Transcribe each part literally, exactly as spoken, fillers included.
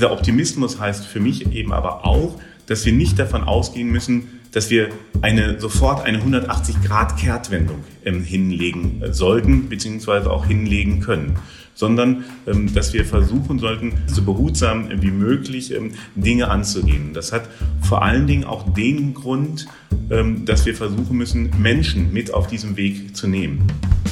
dieser Optimismus heißt für mich eben aber auch, dass wir nicht davon ausgehen müssen, dass wir eine, sofort eine hundertachtzig-Grad-Kehrtwendung ähm, hinlegen sollten, beziehungsweise auch hinlegen können, sondern ähm, dass wir versuchen sollten, so behutsam wie möglich ähm, Dinge anzugehen. Das hat vor allen Dingen auch den Grund, ähm, dass wir versuchen müssen, Menschen mit auf diesem Weg zu nehmen.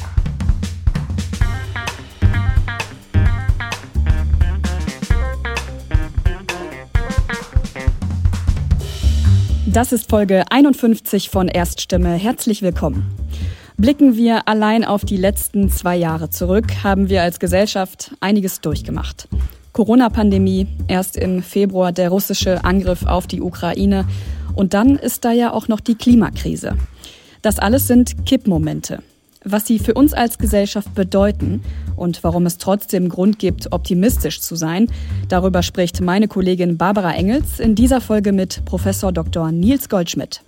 Das ist Folge einundfünfzig von Erststimme. Herzlich willkommen. Blicken wir allein auf die letzten zwei Jahre zurück, haben wir als Gesellschaft einiges durchgemacht. Corona-Pandemie, erst im Februar der russische Angriff auf die Ukraine und dann ist da ja auch noch die Klimakrise. Das alles sind Kippmomente. Was sie für uns als Gesellschaft bedeuten und warum es trotzdem Grund gibt, optimistisch zu sein, darüber spricht meine Kollegin Barbara Engels in dieser Folge mit Professor Doktor Nils Goldschmidt.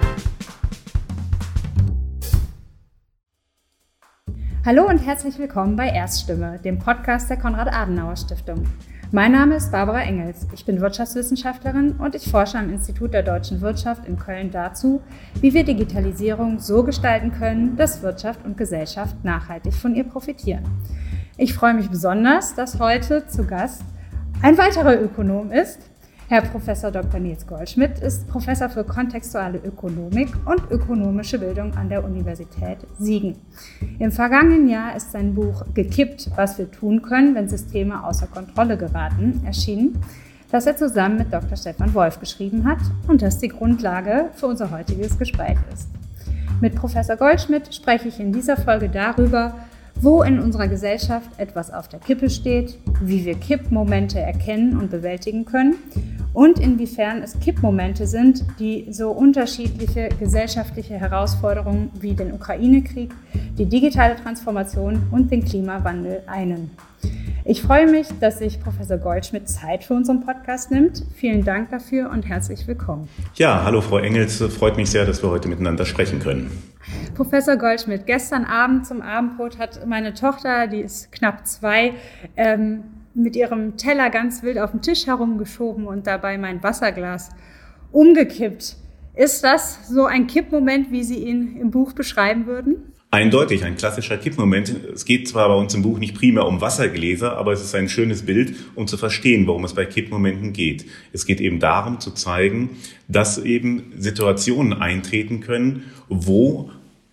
Hallo und herzlich willkommen bei Erststimme, dem Podcast der Konrad-Adenauer-Stiftung. Mein Name ist Barbara Engels. Ich bin Wirtschaftswissenschaftlerin und ich forsche am Institut der Deutschen Wirtschaft in Köln dazu, wie wir Digitalisierung so gestalten können, dass Wirtschaft und Gesellschaft nachhaltig von ihr profitieren. Ich freue mich besonders, dass heute zu Gast ein weiterer Ökonom ist. Herr Professor Doktor Nils Goldschmidt ist Professor für kontextuale Ökonomik und ökonomische Bildung an der Universität Siegen. Im vergangenen Jahr ist sein Buch Gekippt, was wir tun können, wenn Systeme außer Kontrolle geraten, erschienen, das er zusammen mit Doktor Stefan Wolf geschrieben hat und das die Grundlage für unser heutiges Gespräch ist. Mit Professor Goldschmidt spreche ich in dieser Folge darüber, wo in unserer Gesellschaft etwas auf der Kippe steht, wie wir Kippmomente erkennen und bewältigen können und inwiefern es Kippmomente sind, die so unterschiedliche gesellschaftliche Herausforderungen wie den Ukraine-Krieg, die digitale Transformation und den Klimawandel einen. Ich freue mich, dass sich Professor Goldschmidt Zeit für unseren Podcast nimmt. Vielen Dank dafür und herzlich willkommen. Ja, hallo Frau Engels, freut mich sehr, dass wir heute miteinander sprechen können. Professor Goldschmidt, gestern Abend zum Abendbrot hat meine Tochter, die ist knapp zwei, ähm, mit ihrem Teller ganz wild auf dem Tisch herumgeschoben und dabei mein Wasserglas umgekippt. Ist das so ein Kippmoment, wie Sie ihn im Buch beschreiben würden? Eindeutig, ein klassischer Kippmoment. Es geht zwar bei uns im Buch nicht primär um Wassergläser, aber es ist ein schönes Bild, um zu verstehen, worum es bei Kippmomenten geht. Es geht eben darum zu zeigen, dass eben Situationen eintreten können, wo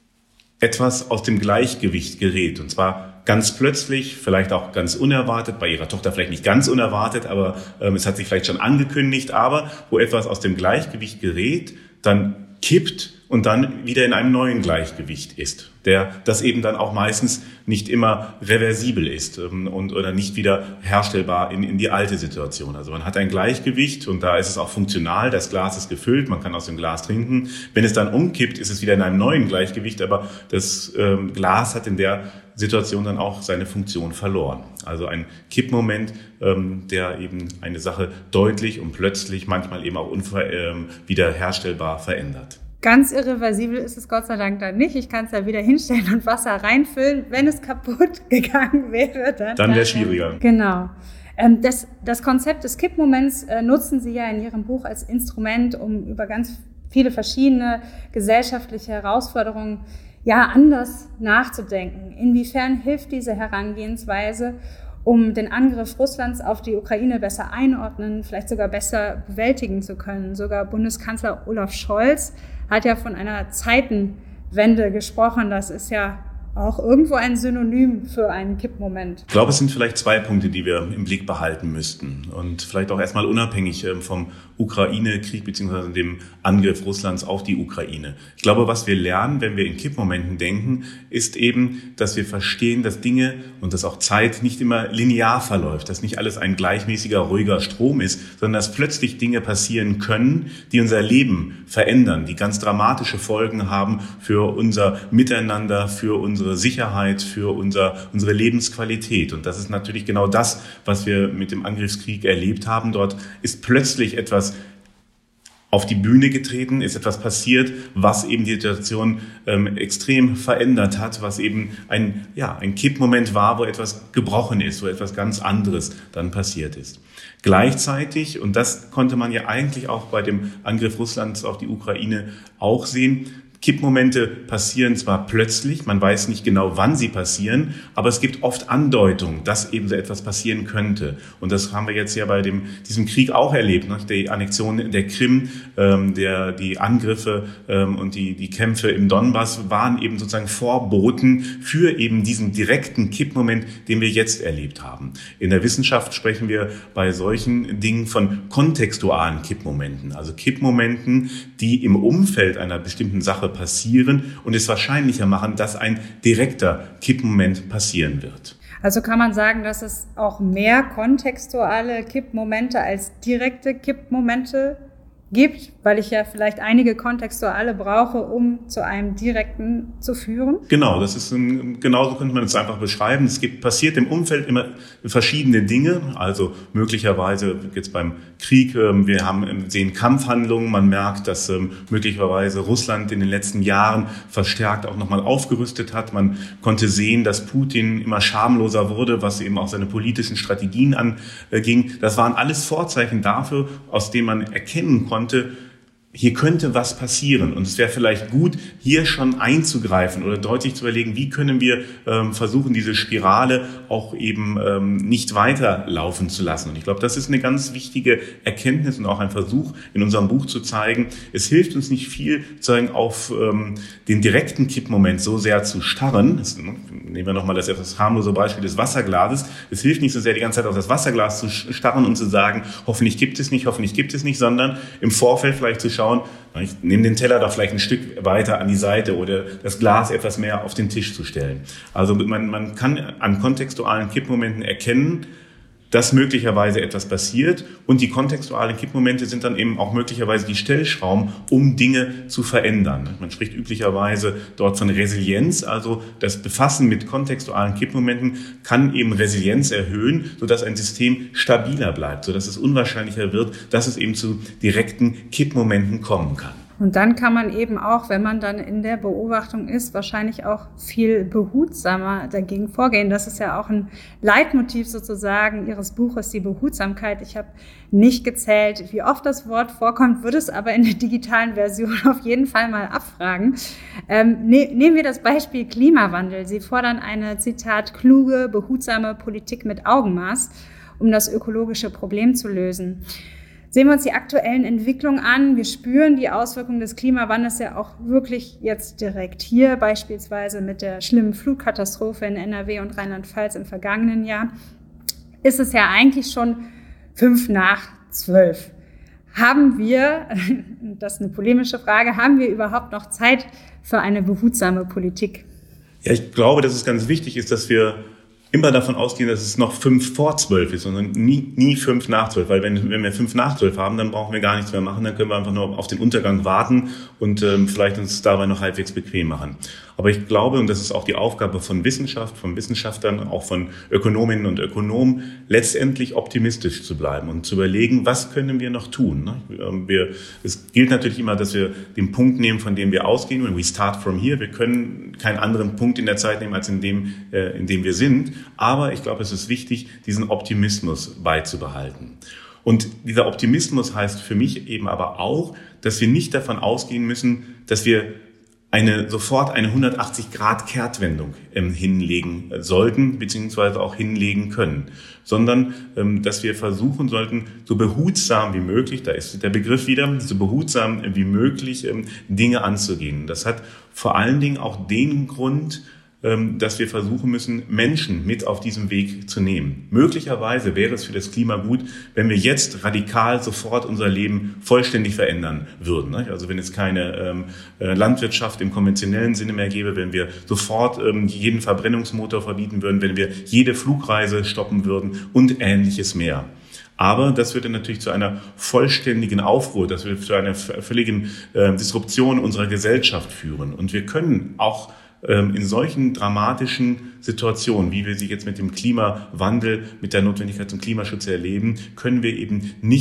etwas aus dem Gleichgewicht gerät. Und zwar ganz plötzlich, vielleicht auch ganz unerwartet, bei Ihrer Tochter vielleicht nicht ganz unerwartet, aber ähm, es hat sich vielleicht schon angekündigt, aber wo etwas aus dem Gleichgewicht gerät, dann kippt und dann wieder in einem neuen Gleichgewicht ist, der das eben dann auch meistens nicht immer reversibel ist ähm, und oder nicht wieder herstellbar in, in die alte Situation. Also man hat ein Gleichgewicht und da ist es auch funktional, das Glas ist gefüllt, man kann aus dem Glas trinken. Wenn es dann umkippt, ist es wieder in einem neuen Gleichgewicht, aber das ähm, Glas hat in der Situation dann auch seine Funktion verloren. Also ein Kippmoment, ähm, der eben eine Sache deutlich und plötzlich, manchmal eben auch unwiederherstellbar ähm, verändert. Ganz irreversibel ist es Gott sei Dank dann nicht. Ich kann es ja wieder hinstellen und Wasser reinfüllen. Wenn es kaputt gegangen wäre, dann... Dann wäre es schwieriger. Genau. Das, das Konzept des Kippmoments äh, nutzen Sie ja in Ihrem Buch als Instrument, um über ganz viele verschiedene gesellschaftliche Herausforderungen ja anders nachzudenken. Inwiefern hilft diese Herangehensweise, um den Angriff Russlands auf die Ukraine besser einordnen, vielleicht sogar besser bewältigen zu können? Sogar Bundeskanzler Olaf Scholz hat ja von einer Zeitenwende gesprochen. Das ist ja auch irgendwo ein Synonym für einen Kippmoment. Ich glaube, es sind vielleicht zwei Punkte, die wir im Blick behalten müssten und vielleicht auch erstmal unabhängig vom Ukraine-Krieg bzw. dem Angriff Russlands auf die Ukraine. Ich glaube, was wir lernen, wenn wir in Kippmomenten denken, ist eben, dass wir verstehen, dass Dinge und dass auch Zeit nicht immer linear verläuft, dass nicht alles ein gleichmäßiger, ruhiger Strom ist, sondern dass plötzlich Dinge passieren können, die unser Leben verändern, die ganz dramatische Folgen haben für unser Miteinander, für unsere Sicherheit, für unser, unsere Lebensqualität. Und das ist natürlich genau das, was wir mit dem Angriffskrieg erlebt haben. Dort ist plötzlich etwas auf die Bühne getreten, ist etwas passiert, was eben die Situation ähm, extrem verändert hat, was eben ein, ja, ein Kippmoment war, wo etwas gebrochen ist, wo etwas ganz anderes dann passiert ist. Gleichzeitig, und das konnte man ja eigentlich auch bei dem Angriff Russlands auf die Ukraine auch sehen, Kippmomente passieren zwar plötzlich, man weiß nicht genau, wann sie passieren, aber es gibt oft Andeutungen, dass eben so etwas passieren könnte. Und das haben wir jetzt ja bei dem, diesem Krieg auch erlebt, ne? Die Annexion der Krim, ähm, der, die Angriffe ähm, und die, die Kämpfe im Donbass waren eben sozusagen Vorboten für eben diesen direkten Kippmoment, den wir jetzt erlebt haben. In der Wissenschaft sprechen wir bei solchen Dingen von kontextualen Kippmomenten, also Kippmomenten, die im Umfeld einer bestimmten Sache passieren und es wahrscheinlicher machen, dass ein direkter Kippmoment passieren wird. Also kann man sagen, dass es auch mehr kontextuale Kippmomente als direkte Kippmomente gibt, weil ich ja vielleicht einige kontextuale brauche, um zu einem direkten zu führen? Genau, das ist ein, genauso könnte man es einfach beschreiben. Es gibt, passiert im Umfeld immer verschiedene Dinge, also möglicherweise jetzt beim Krieg, wir haben, sehen Kampfhandlungen, man merkt, dass möglicherweise Russland in den letzten Jahren verstärkt auch nochmal aufgerüstet hat. Man konnte sehen, dass Putin immer schamloser wurde, was eben auch seine politischen Strategien anging. Das waren alles Vorzeichen dafür, aus denen man erkennen konnte, hier könnte was passieren und es wäre vielleicht gut, hier schon einzugreifen oder deutlich zu überlegen, wie können wir ähm, versuchen, diese Spirale auch eben ähm, nicht weiterlaufen zu lassen. Und ich glaube, das ist eine ganz wichtige Erkenntnis und auch ein Versuch in unserem Buch zu zeigen, es hilft uns nicht viel, sozusagen auf ähm, den direkten Kippmoment so sehr zu starren. Das, nehmen wir nochmal das etwas harmlose Beispiel des Wasserglases. Es hilft nicht so sehr, die ganze Zeit auf das Wasserglas zu starren und zu sagen, hoffentlich gibt es nicht, hoffentlich gibt es nicht, sondern im Vorfeld vielleicht zu schauen, ich nehme den Teller doch vielleicht ein Stück weiter an die Seite oder das Glas etwas mehr auf den Tisch zu stellen. Also man, man kann an kontextualen Kippmomenten erkennen, dass möglicherweise etwas passiert und die kontextualen Kippmomente sind dann eben auch möglicherweise die Stellschrauben, um Dinge zu verändern. Man spricht üblicherweise dort von Resilienz, also das Befassen mit kontextualen Kippmomenten kann eben Resilienz erhöhen, sodass ein System stabiler bleibt, sodass es unwahrscheinlicher wird, dass es eben zu direkten Kippmomenten kommen kann. Und dann kann man eben auch, wenn man dann in der Beobachtung ist, wahrscheinlich auch viel behutsamer dagegen vorgehen. Das ist ja auch ein Leitmotiv sozusagen Ihres Buches, die Behutsamkeit. Ich habe nicht gezählt, wie oft das Wort vorkommt, würde es aber in der digitalen Version auf jeden Fall mal abfragen. Ähm, ne, nehmen wir das Beispiel Klimawandel. Sie fordern eine, Zitat, kluge, behutsame Politik mit Augenmaß, um das ökologische Problem zu lösen. Sehen wir uns die aktuellen Entwicklungen an. Wir spüren die Auswirkungen des Klimawandels ja auch wirklich jetzt direkt hier, beispielsweise mit der schlimmen Flutkatastrophe in N R W und Rheinland-Pfalz im vergangenen Jahr. Ist es ja eigentlich schon fünf nach zwölf. Haben wir, das ist eine polemische Frage, haben wir überhaupt noch Zeit für eine behutsame Politik? Ja, ich glaube, dass es ganz wichtig ist, dass wir immer davon ausgehen, dass es noch fünf vor zwölf ist, sondern nie, nie fünf nach zwölf. Weil wenn, wenn wir fünf nach zwölf haben, dann brauchen wir gar nichts mehr machen. Dann können wir einfach nur auf den Untergang warten und ähm, vielleicht uns dabei noch halbwegs bequem machen. Aber ich glaube, und das ist auch die Aufgabe von Wissenschaft, von Wissenschaftlern, auch von Ökonominnen und Ökonomen, letztendlich optimistisch zu bleiben und zu überlegen, was können wir noch tun. Ne? Wir, es gilt natürlich immer, dass wir den Punkt nehmen, von dem wir ausgehen. When we start from here. Wir können keinen anderen Punkt in der Zeit nehmen, als in dem, äh, in dem wir sind. Aber ich glaube, es ist wichtig, diesen Optimismus beizubehalten. Und dieser Optimismus heißt für mich eben aber auch, dass wir nicht davon ausgehen müssen, dass wir eine sofort eine hundertachtzig Grad Kehrtwendung ähm, hinlegen sollten, beziehungsweise auch hinlegen können, sondern ähm, dass wir versuchen sollten, so behutsam wie möglich, da ist der Begriff wieder, so behutsam wie möglich ähm, Dinge anzugehen. Das hat vor allen Dingen auch den Grund, dass wir versuchen müssen, Menschen mit auf diesem Weg zu nehmen. Möglicherweise wäre es für das Klima gut, wenn wir jetzt radikal sofort unser Leben vollständig verändern würden. Also wenn es keine Landwirtschaft im konventionellen Sinne mehr gäbe, wenn wir sofort jeden Verbrennungsmotor verbieten würden, wenn wir jede Flugreise stoppen würden und Ähnliches mehr. Aber das würde natürlich zu einer vollständigen Aufruhr, das würde zu einer völligen Disruption unserer Gesellschaft führen. Und wir können auch in solchen dramatischen Situationen, wie wir sie jetzt mit dem Klimawandel, mit der Notwendigkeit zum Klimaschutz erleben, können wir eben nicht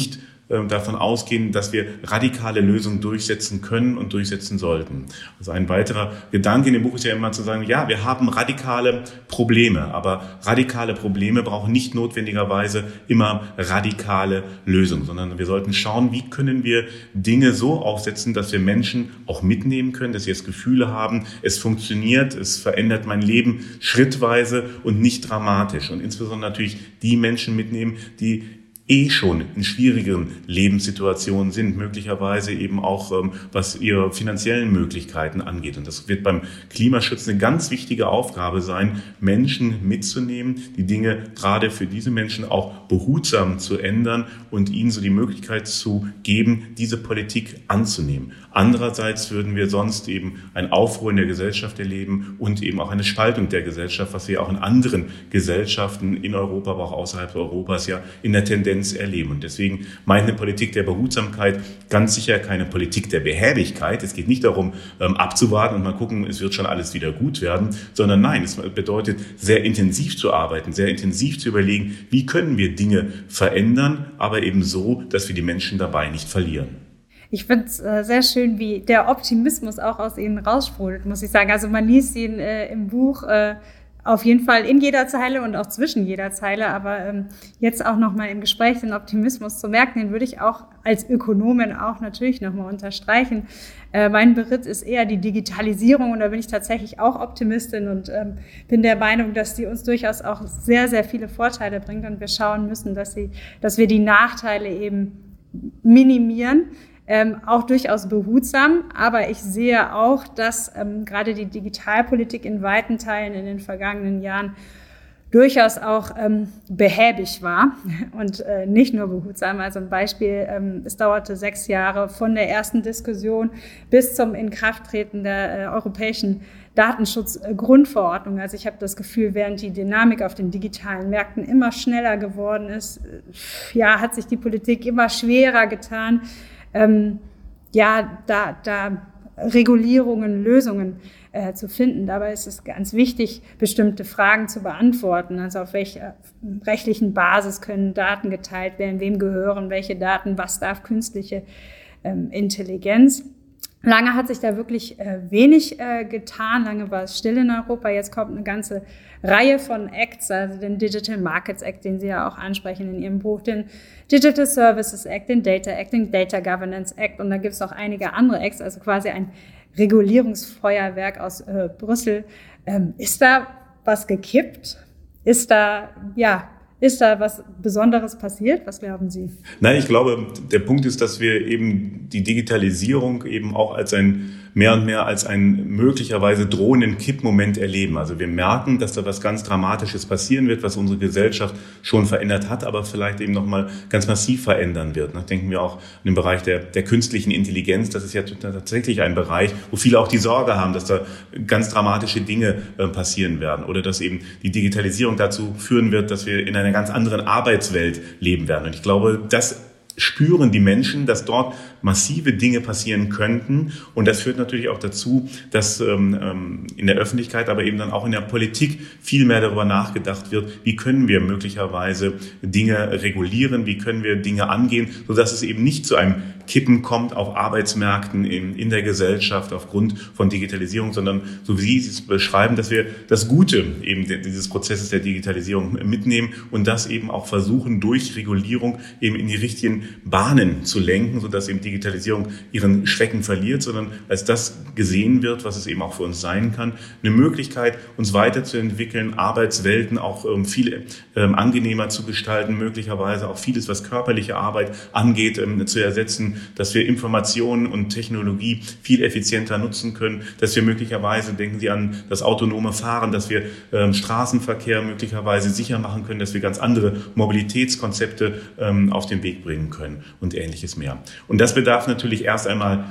äh, davon ausgehen, dass wir radikale Lösungen durchsetzen können und durchsetzen sollten. Also ein weiterer Gedanke in dem Buch ist ja immer zu sagen, ja, wir haben radikale Probleme, aber radikale Probleme brauchen nicht notwendigerweise immer radikale Lösungen, sondern wir sollten schauen, wie können wir Dinge so aufsetzen, dass wir Menschen auch mitnehmen können, dass sie das Gefühl haben, es funktioniert, es verändert mein Leben schrittweise und nicht dramatisch. Und insbesondere natürlich die Menschen mitnehmen, die eh schon in schwierigeren Lebenssituationen sind, möglicherweise eben auch, ähm, was ihre finanziellen Möglichkeiten angeht. Und das wird beim Klimaschutz eine ganz wichtige Aufgabe sein, Menschen mitzunehmen, die Dinge gerade für diese Menschen auch behutsam zu ändern und ihnen so die Möglichkeit zu geben, diese Politik anzunehmen. Andererseits würden wir sonst eben ein Aufruhr in der Gesellschaft erleben und eben auch eine Spaltung der Gesellschaft, was wir auch in anderen Gesellschaften in Europa, aber auch außerhalb Europas ja in der Tendenz erleben. Und deswegen meint eine Politik der Behutsamkeit ganz sicher keine Politik der Behäbigkeit. Es geht nicht darum, ähm, abzuwarten und mal gucken, es wird schon alles wieder gut werden, sondern nein, es bedeutet, sehr intensiv zu arbeiten, sehr intensiv zu überlegen, wie können wir Dinge verändern, aber eben so, dass wir die Menschen dabei nicht verlieren. Ich finde es äh, sehr schön, wie der Optimismus auch aus Ihnen raussprudelt, muss ich sagen. Also man liest ihn äh, im Buch äh, auf jeden Fall in jeder Zeile und auch zwischen jeder Zeile, aber ähm, jetzt auch nochmal im Gespräch den Optimismus zu merken, den würde ich auch als Ökonomin auch natürlich nochmal unterstreichen. Äh, mein Beritt ist eher die Digitalisierung und da bin ich tatsächlich auch Optimistin und ähm, bin der Meinung, dass die uns durchaus auch sehr, sehr viele Vorteile bringt und wir schauen müssen, dass sie, dass wir die Nachteile eben minimieren. Ähm, auch durchaus behutsam, aber ich sehe auch, dass ähm, gerade die Digitalpolitik in weiten Teilen in den vergangenen Jahren durchaus auch ähm, behäbig war und äh, nicht nur behutsam. Also ein Beispiel, ähm, es dauerte sechs Jahre von der ersten Diskussion bis zum Inkrafttreten der äh, europäischen Datenschutzgrundverordnung. Also ich habe das Gefühl, während die Dynamik auf den digitalen Märkten immer schneller geworden ist, äh, ja, hat sich die Politik immer schwerer getan, Ähm, ja, da, da Regulierungen, Lösungen äh, zu finden. Dabei ist es ganz wichtig, bestimmte Fragen zu beantworten. Also auf welcher rechtlichen Basis können Daten geteilt werden, wem gehören welche Daten, was darf künstliche ähm, Intelligenz. Lange hat sich da wirklich äh, wenig äh, getan, lange war es still in Europa. Jetzt kommt eine ganze Reihe von Acts, also den Digital Markets Act, den Sie ja auch ansprechen in Ihrem Buch, den Digital Services Act, den Data Act, den Data Governance Act und da gibt es auch einige andere Acts, also quasi ein Regulierungsfeuerwerk aus äh, Brüssel. Ähm, ist da was gekippt? Ist da, ja, Ist da was Besonderes passiert? Was glauben Sie? Nein, ich glaube, der Punkt ist, dass wir eben die Digitalisierung eben auch als ein mehr und mehr als einen möglicherweise drohenden Kippmoment erleben. Also wir merken, dass da was ganz Dramatisches passieren wird, was unsere Gesellschaft schon verändert hat, aber vielleicht eben nochmal ganz massiv verändern wird. Da denken wir auch an den Bereich der, der künstlichen Intelligenz. Das ist ja tatsächlich ein Bereich, wo viele auch die Sorge haben, dass da ganz dramatische Dinge äh, passieren werden oder dass eben die Digitalisierung dazu führen wird, dass wir in einer ganz anderen Arbeitswelt leben werden. Und ich glaube, das spüren die Menschen, dass dort massive Dinge passieren könnten. Und das führt natürlich auch dazu, dass ähm, in der Öffentlichkeit, aber eben dann auch in der Politik viel mehr darüber nachgedacht wird, wie können wir möglicherweise Dinge regulieren, wie können wir Dinge angehen, sodass es eben nicht zu einem Kippen kommt auf Arbeitsmärkten in, in der Gesellschaft aufgrund von Digitalisierung, sondern so wie Sie es beschreiben, dass wir das Gute eben dieses Prozesses der Digitalisierung mitnehmen und das eben auch versuchen, durch Regulierung eben in die richtigen Bahnen zu lenken, sodass eben Digitalisierung ihren Schrecken verliert, sondern als das gesehen wird, was es eben auch für uns sein kann, eine Möglichkeit, uns weiterzuentwickeln, Arbeitswelten auch ähm, viel ähm, angenehmer zu gestalten, möglicherweise auch vieles, was körperliche Arbeit angeht, ähm, zu ersetzen, dass wir Informationen und Technologie viel effizienter nutzen können, dass wir möglicherweise, denken Sie an das autonome Fahren, dass wir ähm, Straßenverkehr möglicherweise sicher machen können, dass wir ganz andere Mobilitätskonzepte ähm, auf den Weg bringen können und Ähnliches mehr. Und das bedarf natürlich erst einmal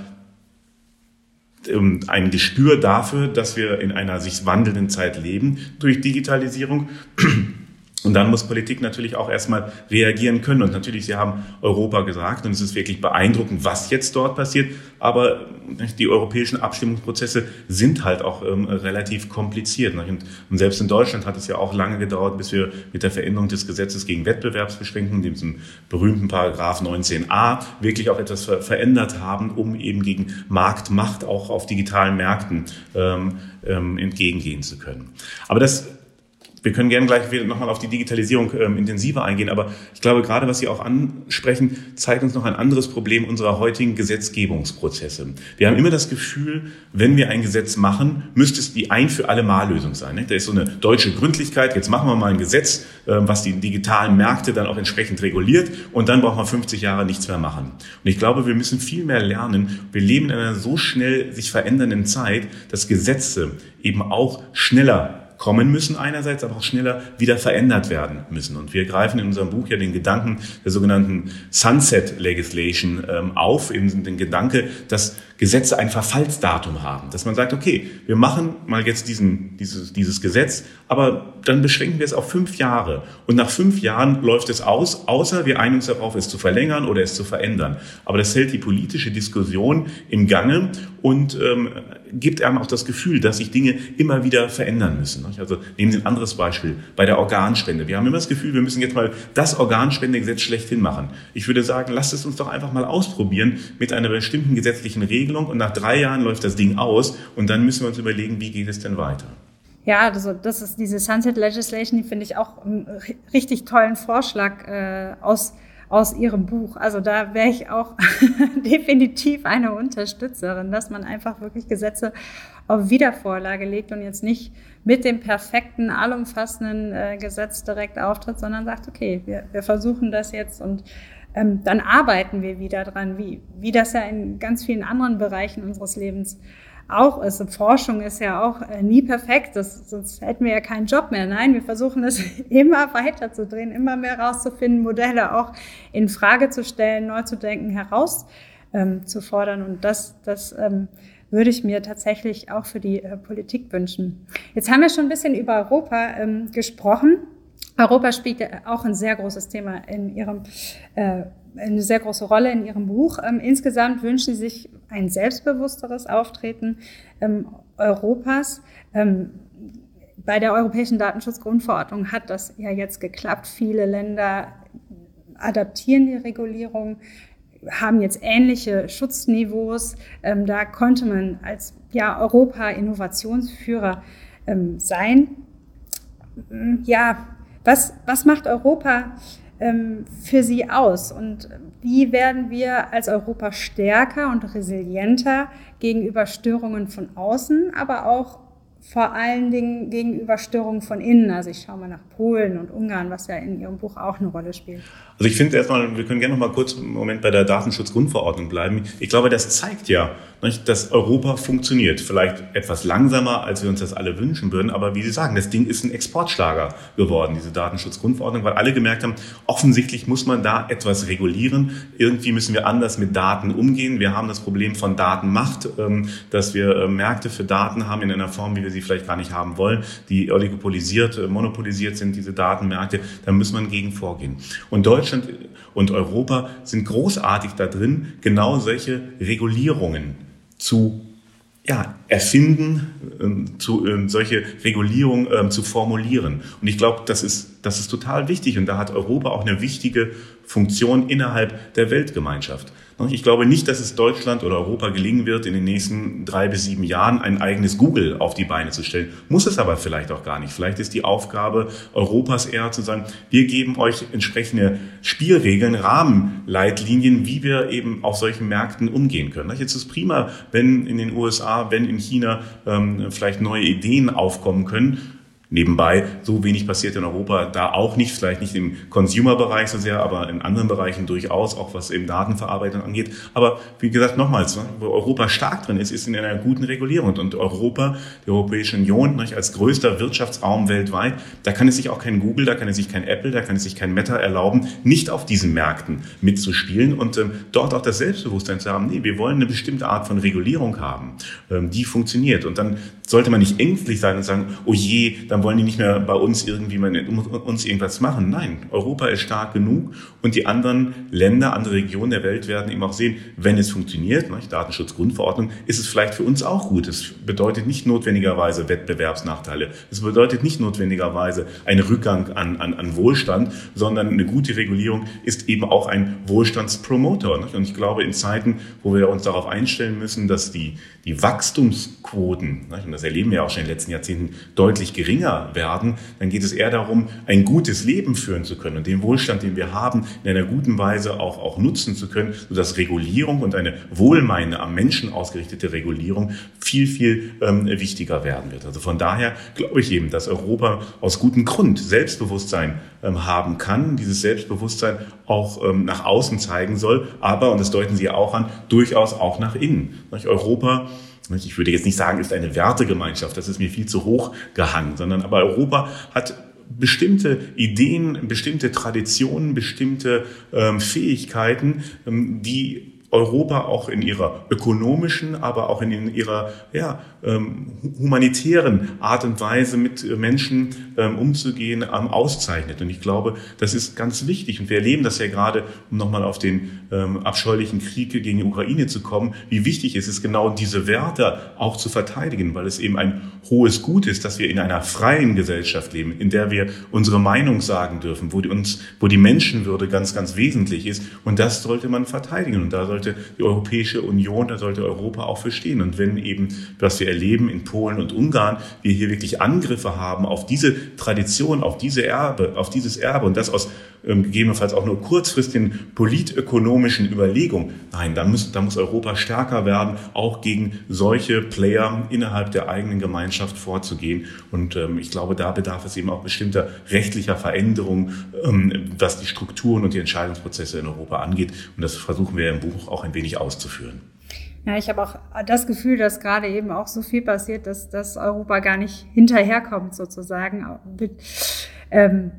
ähm, ein Gespür dafür, dass wir in einer sich wandelnden Zeit leben durch Digitalisierung. Und dann muss Politik natürlich auch erstmal reagieren können. Und natürlich, Sie haben Europa gesagt, und es ist wirklich beeindruckend, was jetzt dort passiert. Aber die europäischen Abstimmungsprozesse sind halt auch ähm, relativ kompliziert. Und, und selbst in Deutschland hat es ja auch lange gedauert, bis wir mit der Veränderung des Gesetzes gegen Wettbewerbsbeschränkungen, diesem berühmten Paragraph neunzehn a, wirklich auch etwas ver- verändert haben, um eben gegen Marktmacht auch auf digitalen Märkten ähm, ähm, entgegengehen zu können. Aber das Wir können gerne gleich nochmal auf die Digitalisierung ähm, intensiver eingehen, aber ich glaube, gerade was Sie auch ansprechen, zeigt uns noch ein anderes Problem unserer heutigen Gesetzgebungsprozesse. Wir haben immer das Gefühl, wenn wir ein Gesetz machen, müsste es die ein für alle Mal Lösung sein. Ne? Da ist so eine deutsche Gründlichkeit, jetzt machen wir mal ein Gesetz, ähm, was die digitalen Märkte dann auch entsprechend reguliert und dann braucht man fünfzig Jahre nichts mehr machen. Und ich glaube, wir müssen viel mehr lernen. Wir leben in einer so schnell sich verändernden Zeit, dass Gesetze eben auch schneller kommen müssen einerseits, aber auch schneller wieder verändert werden müssen. Und wir greifen in unserem Buch ja den Gedanken der sogenannten Sunset Legislation ähm, auf, eben den Gedanke, dass Gesetze ein Verfallsdatum haben. Dass man sagt, okay, wir machen mal jetzt diesen, dieses, dieses Gesetz, aber dann beschränken wir es auf fünf Jahre. Und nach fünf Jahren läuft es aus, außer wir einigen uns darauf, es zu verlängern oder es zu verändern. Aber das hält die politische Diskussion im Gange und ähm, gibt einem auch das Gefühl, dass sich Dinge immer wieder verändern müssen. Also nehmen Sie ein anderes Beispiel bei der Organspende. Wir haben immer das Gefühl, wir müssen jetzt mal das Organspendegesetz schlechthin machen. Ich würde sagen, lasst es uns doch einfach mal ausprobieren mit einer bestimmten gesetzlichen Regelung und nach drei Jahren läuft das Ding aus und dann müssen wir uns überlegen, wie geht es denn weiter. Ja, also das ist diese Sunset Legislation, die finde ich auch einen richtig tollen Vorschlag äh, aus aus Ihrem Buch. Also da wäre ich auch definitiv eine Unterstützerin, dass man einfach wirklich Gesetze auf Wiedervorlage legt und jetzt nicht mit dem perfekten, allumfassenden äh, Gesetz direkt auftritt, sondern sagt, okay, wir, wir versuchen das jetzt und ähm, dann arbeiten wir wieder dran, wie, wie das ja in ganz vielen anderen Bereichen unseres Lebens auch ist. Und Forschung ist ja auch äh, nie perfekt, das, sonst hätten wir ja keinen Job mehr. Nein, wir versuchen es immer weiter zu drehen, immer mehr rauszufinden, Modelle auch in Frage zu stellen, neu zu denken, herauszufordern. Ähm, und das, das ähm, würde ich mir tatsächlich auch für die äh, Politik wünschen. Jetzt haben wir schon ein bisschen über Europa ähm, gesprochen. Europa spielt ja auch ein sehr großes Thema in Ihrem äh, eine sehr große Rolle in Ihrem Buch. Ähm, insgesamt wünschen Sie sich ein selbstbewussteres Auftreten ähm, Europas. Ähm, bei der Europäischen Datenschutzgrundverordnung hat das ja jetzt geklappt. Viele Länder adaptieren die Regulierung, haben jetzt ähnliche Schutzniveaus. Ähm, da konnte man als ja, Europa-Innovationsführer ähm, sein. Ja, was, was macht Europa für Sie aus und wie werden wir als Europa stärker und resilienter gegenüber Störungen von außen, aber auch vor allen Dingen gegenüber Störungen von innen? Also ich schaue mal nach Polen und Ungarn, was ja in Ihrem Buch auch eine Rolle spielt. Also ich finde erstmal, wir können gerne noch mal kurz einen Moment bei der Datenschutzgrundverordnung bleiben. Ich glaube, das zeigt ja, dass Europa funktioniert. Vielleicht etwas langsamer, als wir uns das alle wünschen würden. Aber wie Sie sagen, das Ding ist ein Exportschlager geworden, diese Datenschutzgrundverordnung, weil alle gemerkt haben, offensichtlich muss man da etwas regulieren. Irgendwie müssen wir anders mit Daten umgehen. Wir haben das Problem von Datenmacht, dass wir Märkte für Daten haben in einer Form, wie wir sie vielleicht gar nicht haben wollen, die oligopolisiert, monopolisiert sind, diese Datenmärkte. Da muss man gegen vorgehen. Und Deutschland und Europa sind großartig da drin, genau solche Regulierungen zu ja, erfinden, äh, zu, äh, solche Regulierungen äh, zu formulieren. Und ich glaube, das ist, das ist total wichtig. Und da hat Europa auch eine wichtige Funktion innerhalb der Weltgemeinschaft. Ich glaube nicht, dass es Deutschland oder Europa gelingen wird, in den nächsten drei bis sieben Jahren ein eigenes Google auf die Beine zu stellen. Muss es aber vielleicht auch gar nicht. Vielleicht ist die Aufgabe Europas eher zu sagen, wir geben euch entsprechende Spielregeln, Rahmenleitlinien, wie wir eben auf solchen Märkten umgehen können. Jetzt ist es prima, wenn in den U S A, wenn in China ähm, vielleicht neue Ideen aufkommen können. Nebenbei, so wenig passiert in Europa da auch nicht, vielleicht nicht im Consumer-Bereich so sehr, aber in anderen Bereichen durchaus, auch was eben Datenverarbeitung angeht. Aber wie gesagt, nochmals, wo Europa stark drin ist, ist in einer guten Regulierung. Und Europa, die Europäische Union, als größter Wirtschaftsraum weltweit, da kann es sich auch kein Google, da kann es sich kein Apple, da kann es sich kein Meta erlauben, nicht auf diesen Märkten mitzuspielen und ähm, dort auch das Selbstbewusstsein zu haben, nee, wir wollen eine bestimmte Art von Regulierung haben, ähm, die funktioniert. Und dann sollte man nicht ängstlich sein und sagen, oh je, da dann wollen die nicht mehr bei uns irgendwie mal uns irgendwas machen. Nein, Europa ist stark genug und die anderen Länder, andere Regionen der Welt werden eben auch sehen, wenn es funktioniert, ne, Datenschutzgrundverordnung, ist es vielleicht für uns auch gut. Es bedeutet nicht notwendigerweise Wettbewerbsnachteile. Es bedeutet nicht notwendigerweise einen Rückgang an, an, an Wohlstand, sondern eine gute Regulierung ist eben auch ein Wohlstandspromotor. Ne? Und ich glaube, in Zeiten, wo wir uns darauf einstellen müssen, dass die, die Wachstumsquoten, ne, und das erleben wir auch schon in den letzten Jahrzehnten, deutlich geringer werden, dann geht es eher darum, ein gutes Leben führen zu können und den Wohlstand, den wir haben, in einer guten Weise auch, auch nutzen zu können, sodass Regulierung und eine wohlmeinende, am Menschen ausgerichtete Regulierung viel, viel ähm, wichtiger werden wird. Also von daher glaube ich eben, dass Europa aus gutem Grund Selbstbewusstsein ähm, haben kann, dieses Selbstbewusstsein auch ähm, nach außen zeigen soll, aber, und das deuten Sie ja auch an, durchaus auch nach innen. Europa, ich würde jetzt nicht sagen, ist eine Wertegemeinschaft, das ist mir viel zu hoch gehangen, sondern aber Europa hat bestimmte Ideen, bestimmte Traditionen, bestimmte ähm, Fähigkeiten, ähm, die Europa auch in ihrer ökonomischen, aber auch in ihrer ja, ähm, humanitären Art und Weise mit Menschen ähm, umzugehen, ähm, auszeichnet. Und ich glaube, das ist ganz wichtig. Und wir erleben das ja gerade, um nochmal auf den ähm, abscheulichen Krieg gegen die Ukraine zu kommen, wie wichtig es ist, genau diese Werte auch zu verteidigen, weil es eben ein hohes Gut ist, dass wir in einer freien Gesellschaft leben, in der wir unsere Meinung sagen dürfen, wo die, uns, wo die Menschenwürde ganz, ganz wesentlich ist. Und das sollte man verteidigen. Und da sollte die Europäische Union, da sollte Europa auch für stehen. Und wenn eben, was wir erleben in Polen und Ungarn, wir hier wirklich Angriffe haben auf diese Tradition, auf diese Erbe, auf dieses Erbe und das aus ähm, gegebenenfalls auch nur kurzfristigen politökonomischen Überlegungen, nein, da muss, da muss Europa stärker werden, auch gegen solche Player innerhalb der eigenen Gemeinschaft vorzugehen. Und ähm, ich glaube, da bedarf es eben auch bestimmter rechtlicher Veränderungen, ähm, was die Strukturen und die Entscheidungsprozesse in Europa angeht. Und das versuchen wir im Buch auch ein wenig auszuführen. Ja, ich habe auch das Gefühl, dass gerade eben auch so viel passiert, dass, dass Europa gar nicht hinterherkommt sozusagen. Ähm,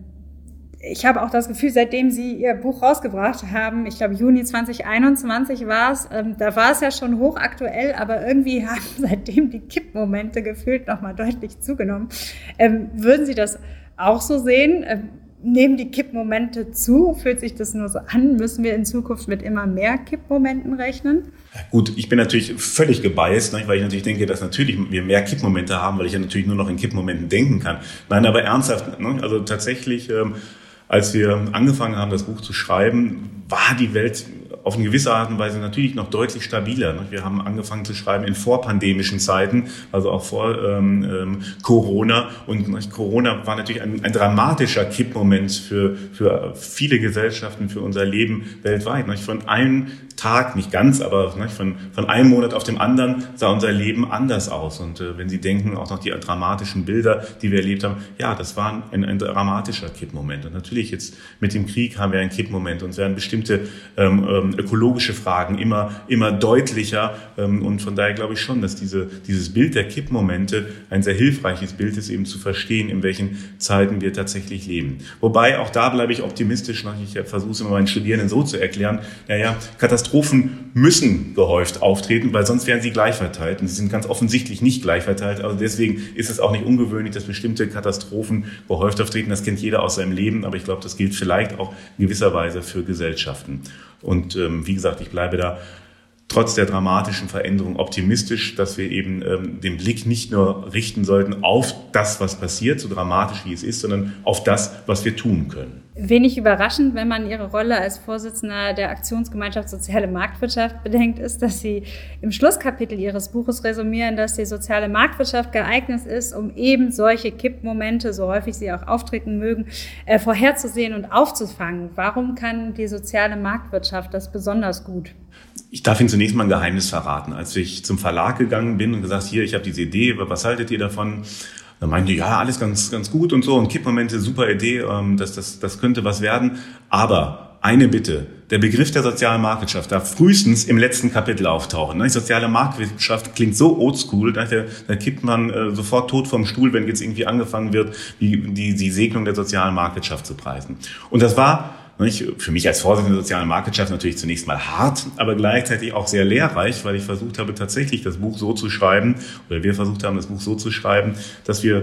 ich habe auch das Gefühl, seitdem Sie Ihr Buch rausgebracht haben, ich glaube Juni zwanzig einundzwanzig war es, ähm, da war es ja schon hochaktuell, aber irgendwie haben seitdem die Kippmomente gefühlt nochmal deutlich zugenommen. Ähm, würden Sie das auch so sehen? Ähm, Nehmen die Kippmomente zu? Fühlt sich das nur so an? Müssen wir in Zukunft mit immer mehr Kippmomenten rechnen? Gut, ich bin natürlich völlig gebiased, weil ich natürlich denke, dass natürlich wir mehr Kippmomente haben, weil ich ja natürlich nur noch in Kippmomenten denken kann. Nein, aber ernsthaft, also tatsächlich, als wir angefangen haben, das Buch zu schreiben, war die Welt auf eine gewisse Art und Weise natürlich noch deutlich stabiler. Wir haben angefangen zu schreiben in vorpandemischen Zeiten, also auch vor ähm, ähm, Corona. Und Corona war natürlich ein, ein dramatischer Kippmoment für, für viele Gesellschaften, für unser Leben weltweit. Von einem Tag, nicht ganz, aber von, von einem Monat auf dem anderen sah unser Leben anders aus. Und äh, wenn Sie denken, auch noch die dramatischen Bilder, die wir erlebt haben, ja, das war ein, ein dramatischer Kippmoment. Und natürlich jetzt mit dem Krieg haben wir einen Kippmoment und es werden bestimmte ähm, ökologische Fragen immer, immer deutlicher. Ähm, und von daher glaube ich schon, dass diese, dieses Bild der Kippmomente ein sehr hilfreiches Bild ist, eben zu verstehen, in welchen Zeiten wir tatsächlich leben. Wobei, auch da bleibe ich optimistisch. Ich versuche es immer meinen Studierenden so zu erklären, naja, Katastrophen müssen gehäuft auftreten, weil sonst wären sie gleich verteilt. Und sie sind ganz offensichtlich nicht gleich verteilt. Also deswegen ist es auch nicht ungewöhnlich, dass bestimmte Katastrophen gehäuft auftreten. Das kennt jeder aus seinem Leben, aber ich glaube, das gilt vielleicht auch in gewisser Weise für Gesellschaften. Und ähm, wie gesagt, ich bleibe da trotz der dramatischen Veränderung optimistisch, dass wir eben ähm, den Blick nicht nur richten sollten auf das, was passiert, so dramatisch wie es ist, sondern auf das, was wir tun können. Wenig überraschend, wenn man Ihre Rolle als Vorsitzender der Aktionsgemeinschaft Soziale Marktwirtschaft bedenkt, ist, dass Sie im Schlusskapitel Ihres Buches resümieren, dass die soziale Marktwirtschaft geeignet ist, um eben solche Kippmomente, so häufig sie auch auftreten mögen, äh, vorherzusehen und aufzufangen. Warum kann die soziale Marktwirtschaft das besonders gut? Ich darf Ihnen zunächst mal ein Geheimnis verraten. Als ich zum Verlag gegangen bin und gesagt, hier, ich habe diese Idee, was haltet ihr davon? Da meinten die, ja, alles ganz, ganz gut und so und Kippmomente, super Idee, das, das, das könnte was werden. Aber eine Bitte, der Begriff der sozialen Marktwirtschaft darf frühestens im letzten Kapitel auftauchen. Die soziale Marktwirtschaft klingt so oldschool, da, da kippt man sofort tot vom Stuhl, wenn jetzt irgendwie angefangen wird, die, die, die Segnung der sozialen Marktwirtschaft zu preisen. Und das war für mich als Vorsitzender der sozialen Marktwirtschaft natürlich zunächst mal hart, aber gleichzeitig auch sehr lehrreich, weil ich versucht habe, tatsächlich das Buch so zu schreiben, oder wir versucht haben, das Buch so zu schreiben, dass wir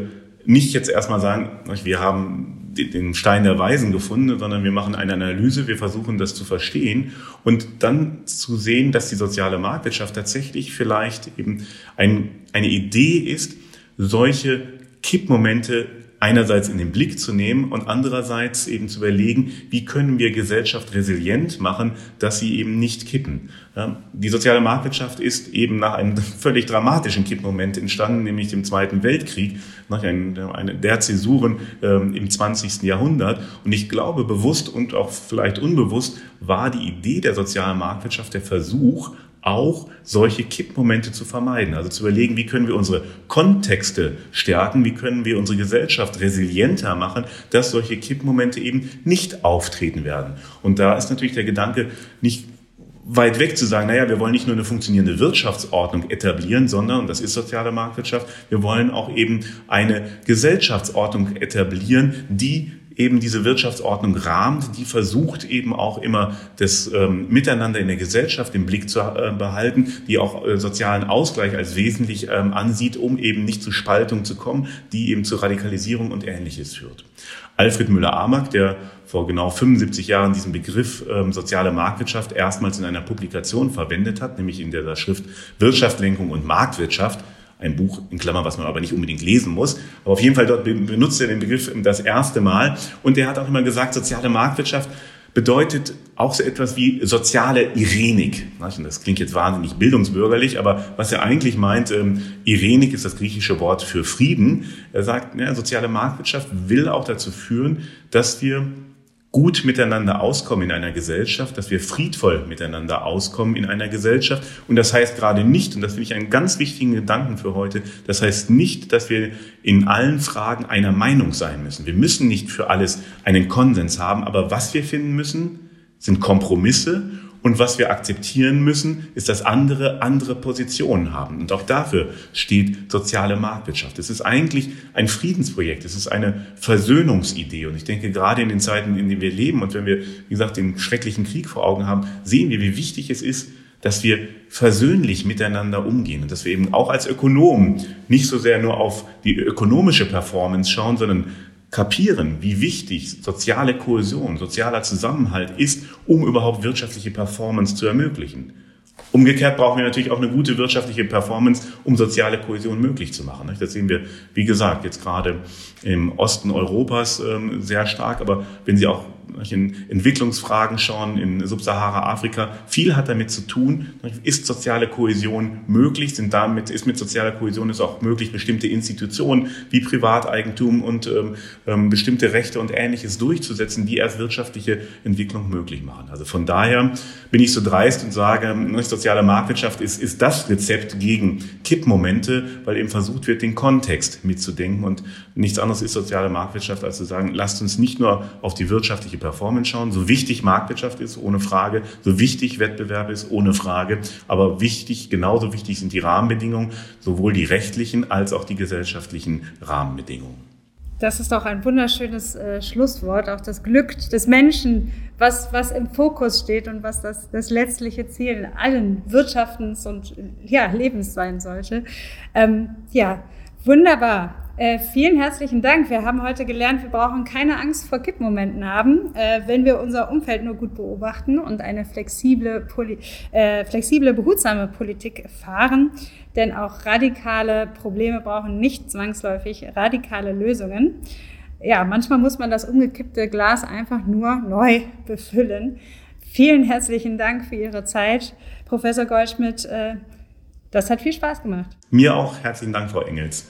nicht jetzt erstmal sagen, wir haben den Stein der Weisen gefunden, sondern wir machen eine Analyse, wir versuchen das zu verstehen und dann zu sehen, dass die soziale Marktwirtschaft tatsächlich vielleicht eben ein, eine Idee ist, solche Kippmomente einerseits in den Blick zu nehmen und andererseits eben zu überlegen, wie können wir Gesellschaft resilient machen, dass sie eben nicht kippen. Die soziale Marktwirtschaft ist eben nach einem völlig dramatischen Kippmoment entstanden, nämlich dem Zweiten Weltkrieg, nach einer der Zäsuren im zwanzigsten Jahrhundert. Und ich glaube, bewusst und auch vielleicht unbewusst war die Idee der sozialen Marktwirtschaft der Versuch, auch solche Kippmomente zu vermeiden. Also zu überlegen, wie können wir unsere Kontexte stärken, wie können wir unsere Gesellschaft resilienter machen, dass solche Kippmomente eben nicht auftreten werden. Und da ist natürlich der Gedanke nicht weit weg zu sagen, naja, wir wollen nicht nur eine funktionierende Wirtschaftsordnung etablieren, sondern, und das ist soziale Marktwirtschaft, wir wollen auch eben eine Gesellschaftsordnung etablieren, die eben diese Wirtschaftsordnung rahmt, die versucht eben auch immer das ähm, Miteinander in der Gesellschaft im Blick zu äh, behalten, die auch äh, sozialen Ausgleich als wesentlich ähm, ansieht, um eben nicht zu Spaltung zu kommen, die eben zu Radikalisierung und Ähnliches führt. Alfred Müller-Amack, der vor genau fünfundsiebzig Jahren diesen Begriff ähm, soziale Marktwirtschaft erstmals in einer Publikation verwendet hat, nämlich in der Schrift Wirtschaftslenkung und Marktwirtschaft, ein Buch, in Klammern, was man aber nicht unbedingt lesen muss. Aber auf jeden Fall dort benutzt er den Begriff das erste Mal. Und er hat auch immer gesagt, soziale Marktwirtschaft bedeutet auch so etwas wie soziale Irenik. Das klingt jetzt wahnsinnig bildungsbürgerlich, aber was er eigentlich meint, Irenik ist das griechische Wort für Frieden. Er sagt, ja, soziale Marktwirtschaft will auch dazu führen, dass wir gut miteinander auskommen in einer Gesellschaft, dass wir friedvoll miteinander auskommen in einer Gesellschaft. Und das heißt gerade nicht, und das finde ich einen ganz wichtigen Gedanken für heute, das heißt nicht, dass wir in allen Fragen einer Meinung sein müssen. Wir müssen nicht für alles einen Konsens haben, aber was wir finden müssen, sind Kompromisse. Und was wir akzeptieren müssen, ist, dass andere andere Positionen haben. Und auch dafür steht soziale Marktwirtschaft. Es ist eigentlich ein Friedensprojekt. Es ist eine Versöhnungsidee. Und ich denke, gerade in den Zeiten, in denen wir leben und wenn wir, wie gesagt, den schrecklichen Krieg vor Augen haben, sehen wir, wie wichtig es ist, dass wir versöhnlich miteinander umgehen und dass wir eben auch als Ökonomen nicht so sehr nur auf die ökonomische Performance schauen, sondern kapieren, wie wichtig soziale Kohäsion, sozialer Zusammenhalt ist, um überhaupt wirtschaftliche Performance zu ermöglichen. Umgekehrt brauchen wir natürlich auch eine gute wirtschaftliche Performance, um soziale Kohäsion möglich zu machen. Das sehen wir, wie gesagt, jetzt gerade im Osten Europas sehr stark, aber wenn Sie auch in Entwicklungsfragen schauen, in Subsahara-Afrika, viel hat damit zu tun, ist soziale Kohäsion möglich, sind damit, ist mit sozialer Kohäsion ist auch möglich, bestimmte Institutionen wie Privateigentum und ähm, bestimmte Rechte und Ähnliches durchzusetzen, die erst wirtschaftliche Entwicklung möglich machen. Also von daher bin ich so dreist und sage, soziale Marktwirtschaft ist, ist das Rezept gegen Kippmomente, weil eben versucht wird, den Kontext mitzudenken und nichts anderes ist soziale Marktwirtschaft, als zu sagen, lasst uns nicht nur auf die wirtschaftliche Performance schauen, so wichtig Marktwirtschaft ist, ohne Frage, so wichtig Wettbewerb ist, ohne Frage, aber wichtig, genauso wichtig sind die Rahmenbedingungen, sowohl die rechtlichen als auch die gesellschaftlichen Rahmenbedingungen. Das ist doch ein wunderschönes äh, Schlusswort, auch das Glück des Menschen, was, was im Fokus steht und was das, das letztliche Ziel allen Wirtschaftens und ja, Lebens sein sollte. Ähm, ja, wunderbar. Äh, vielen herzlichen Dank. Wir haben heute gelernt, wir brauchen keine Angst vor Kippmomenten haben, äh, wenn wir unser Umfeld nur gut beobachten und eine flexible, Poli- äh, flexible, behutsame Politik fahren. Denn auch radikale Probleme brauchen nicht zwangsläufig radikale Lösungen. Ja, manchmal muss man das umgekippte Glas einfach nur neu befüllen. Vielen herzlichen Dank für Ihre Zeit, Professor Goldschmidt. Äh, das hat viel Spaß gemacht. Mir auch. Herzlichen Dank, Frau Engels.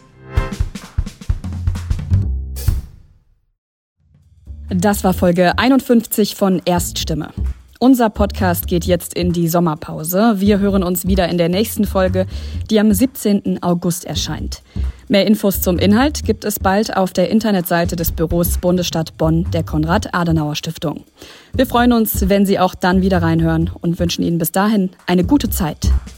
Das war Folge einundfünfzig von Erststimme. Unser Podcast geht jetzt in die Sommerpause. Wir hören uns wieder in der nächsten Folge, die am siebzehnten August erscheint. Mehr Infos zum Inhalt gibt es bald auf der Internetseite des Büros Bundesstadt Bonn der Konrad-Adenauer-Stiftung. Wir freuen uns, wenn Sie auch dann wieder reinhören und wünschen Ihnen bis dahin eine gute Zeit.